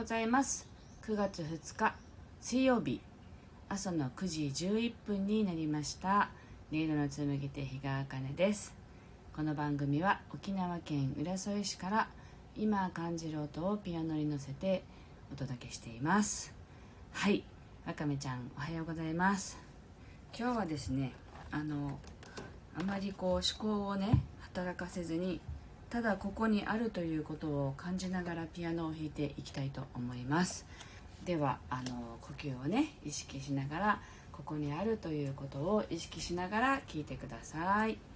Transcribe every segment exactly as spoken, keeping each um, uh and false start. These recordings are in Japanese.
ざいます。くがつふつか水曜日、朝のくじじゅういっぷんになりました。音色の紡ぎ手日川茜です。この番組は沖縄県浦添市から今感じる音をピアノに乗せてお届けしています。はい、わかめちゃんおはようございます。今日はですね、あのあまりこう思考をね働かせずに、ただここにあるということを感じながらピアノを弾いていきたいと思います。ではあの呼吸をね意識しながら、ここにあるということを意識しながら聴いてください。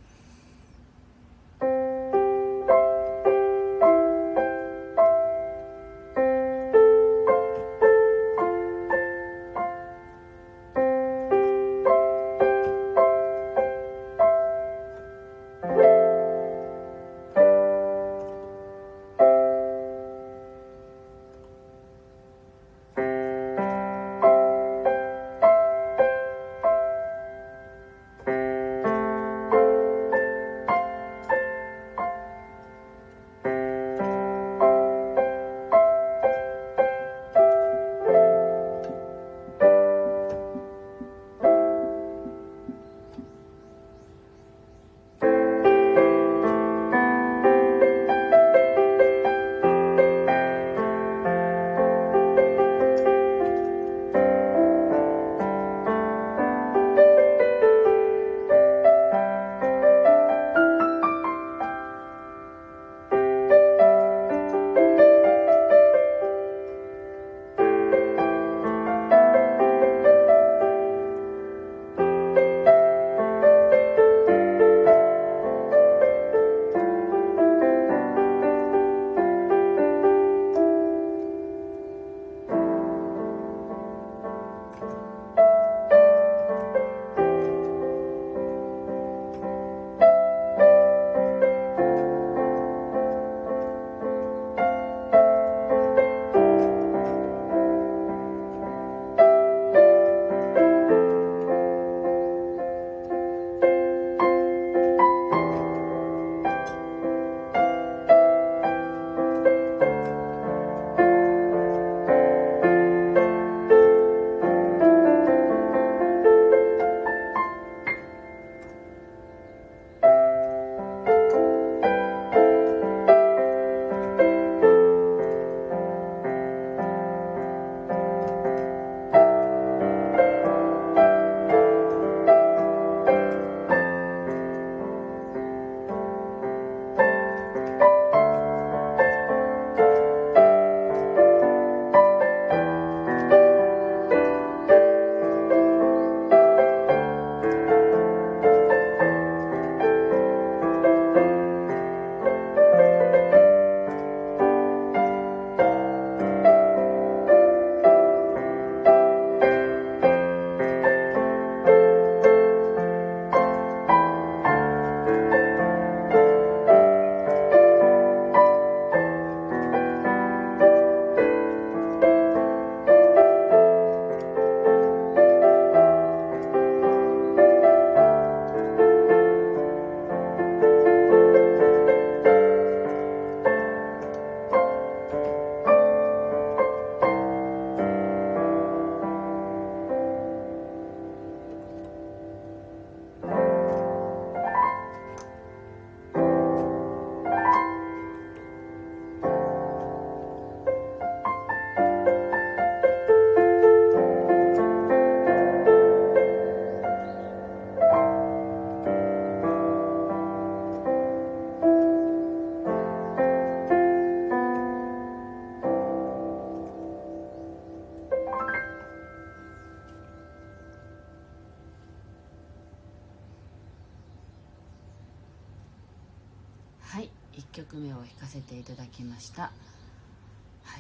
はい、いっきょくめを弾かせていただきました。はい、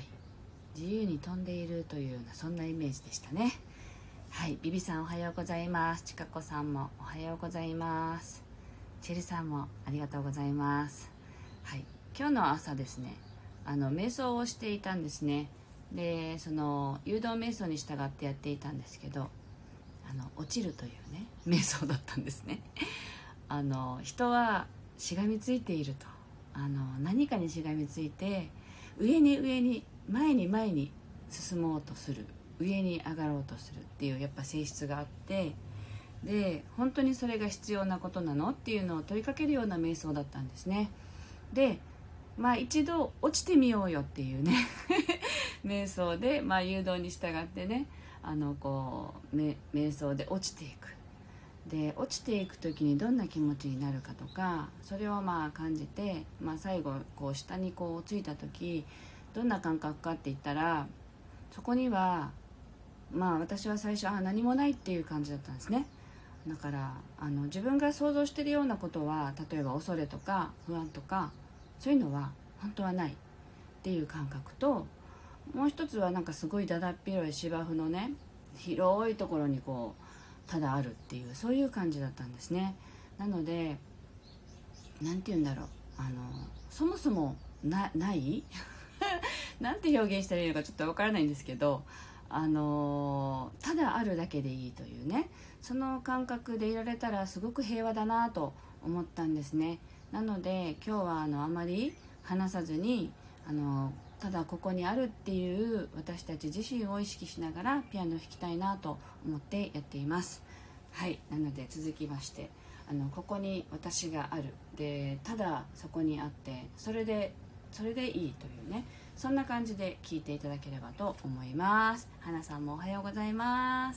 自由に飛んでいるというようなそんなイメージでしたね。はい、ビビさんおはようございます。ちかこさんもおはようございます。チェルさんもありがとうございます。はい、今日の朝ですね、あの瞑想をしていたんですね。で、その誘導瞑想に従ってやっていたんですけど、あの落ちるというね瞑想だったんですね。あの人はしがみついていると、あの何かにしがみついて上に上に前に前に進もうとする、上に上がろうとするっていうやっぱ性質があって、で本当にそれが必要なことなのっていうのを問いかけるような瞑想だったんですね。でまあ一度落ちてみようよっていうね瞑想で、まあ、誘導に従ってね、あのこう瞑想で落ちていく。で落ちていく時にどんな気持ちになるかとか、それをまあ感じて、まあ、最後こう下にこうついた時どんな感覚かって言ったら、そこにはまあ私は最初あ何もないっていう感じだったんですね。だからあの自分が想像しているようなことは、例えば恐れとか不安とかそういうのは本当はないっていう感覚と、もう一つはなんかすごいだだっ広い芝生のね広いところにこうただあるっていう、そういう感じだったんですね。なのでなんて言うんだろう、あのそもそも な, ないなんて表現したらいいのかちょっとわからないんですけど、あのただあるだけでいいというね、その感覚でいられたらすごく平和だなと思ったんですね。なので今日はあのあまり話さずに、あのただここにあるっていう私たち自身を意識しながらピアノを弾きたいなと思ってやっています。はい、なので続きまして、あのここに私がある、でただそこにあって、それでそれでいいというね、そんな感じで聞いていただければと思います。花さんもおはようございます。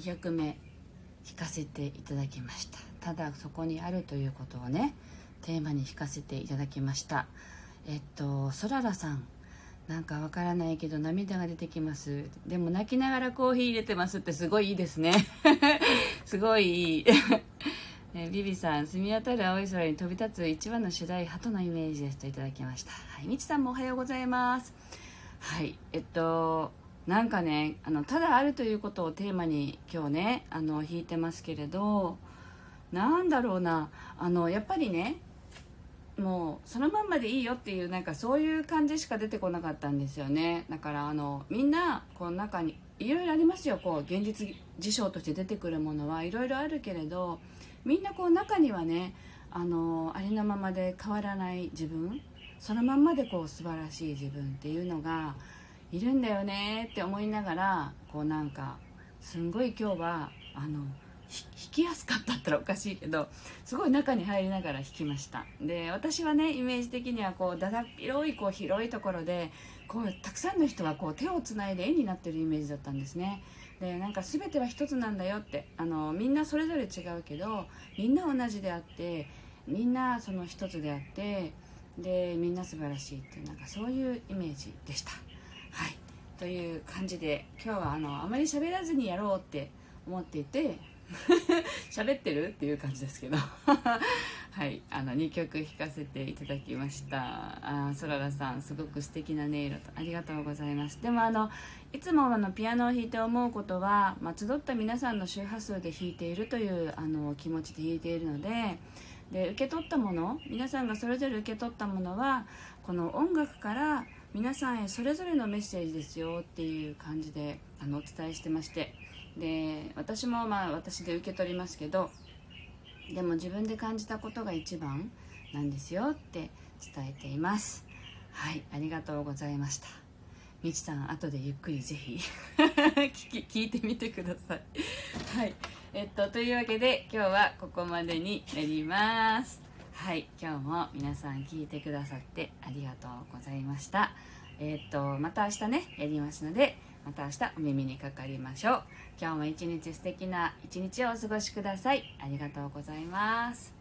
きょくめ弾かせていただきました。ただそこにあるということをねテーマに弾かせていただきました。えっとそららさん、なんかわからないけど涙が出てきます。でも泣きながらコーヒー入れてますってすごいいいですねすごいいいえビビさん、澄み渡る青い空に飛び立つ一羽の主題鳩のイメージですといただきました。はい、みちさんもおはようございます。はい、えっとなんかね、あのただあるということをテーマに今日ねあの弾いてますけれど、なんだろうな、あのやっぱりね、もうそのまんまでいいよっていうなんかそういう感じしか出てこなかったんですよね。だからあのみんなこの中にいろいろありますよ。こう現実事象として出てくるものはいろいろあるけれど、みんなこう中にはね、あのありのままで変わらない自分、そのまんまでこう素晴らしい自分っていうのがいるんだよねって思いながら、こうなんかすんごい今日はあの弾きやすかったったらおかしいけど、すごい中に入りながら弾きました。で、私はねイメージ的にはこうだだっ広いこう広いところでこうたくさんの人がこう手をつないで円になってるイメージだったんですね。で、なんか全ては一つなんだよって、あのみんなそれぞれ違うけどみんな同じであって、みんなその一つであって、でみんな素晴らしいっていう、なんかそういうイメージでした。はい、という感じで今日はあのあまり喋らずにやろうって思っていて喋ってるっていう感じですけどはい、あのにきょく弾かせていただきました。あ、そららさん、すごく素敵な音色とありがとうございます。でもあのいつもあのピアノを弾いて思うことは、まあ、集った皆さんの周波数で弾いているというあの気持ちで弾いているので、で受け取ったもの、皆さんがそれぞれ受け取ったものはこの音楽から皆さんへそれぞれのメッセージですよっていう感じであのお伝えしてまして、で私もまあ私で受け取りますけど、でも自分で感じたことが一番なんですよって伝えています。はい、ありがとうございました。みちさん、後でゆっくりぜひ聞き聞いてみてください。はい、えっとというわけで今日はここまでになります。はい、今日も皆さん聞いてくださってありがとうございました。えっとまた明日ねやりますので、また明日お耳にかかりましょう。今日も一日素敵な一日をお過ごしください。ありがとうございます。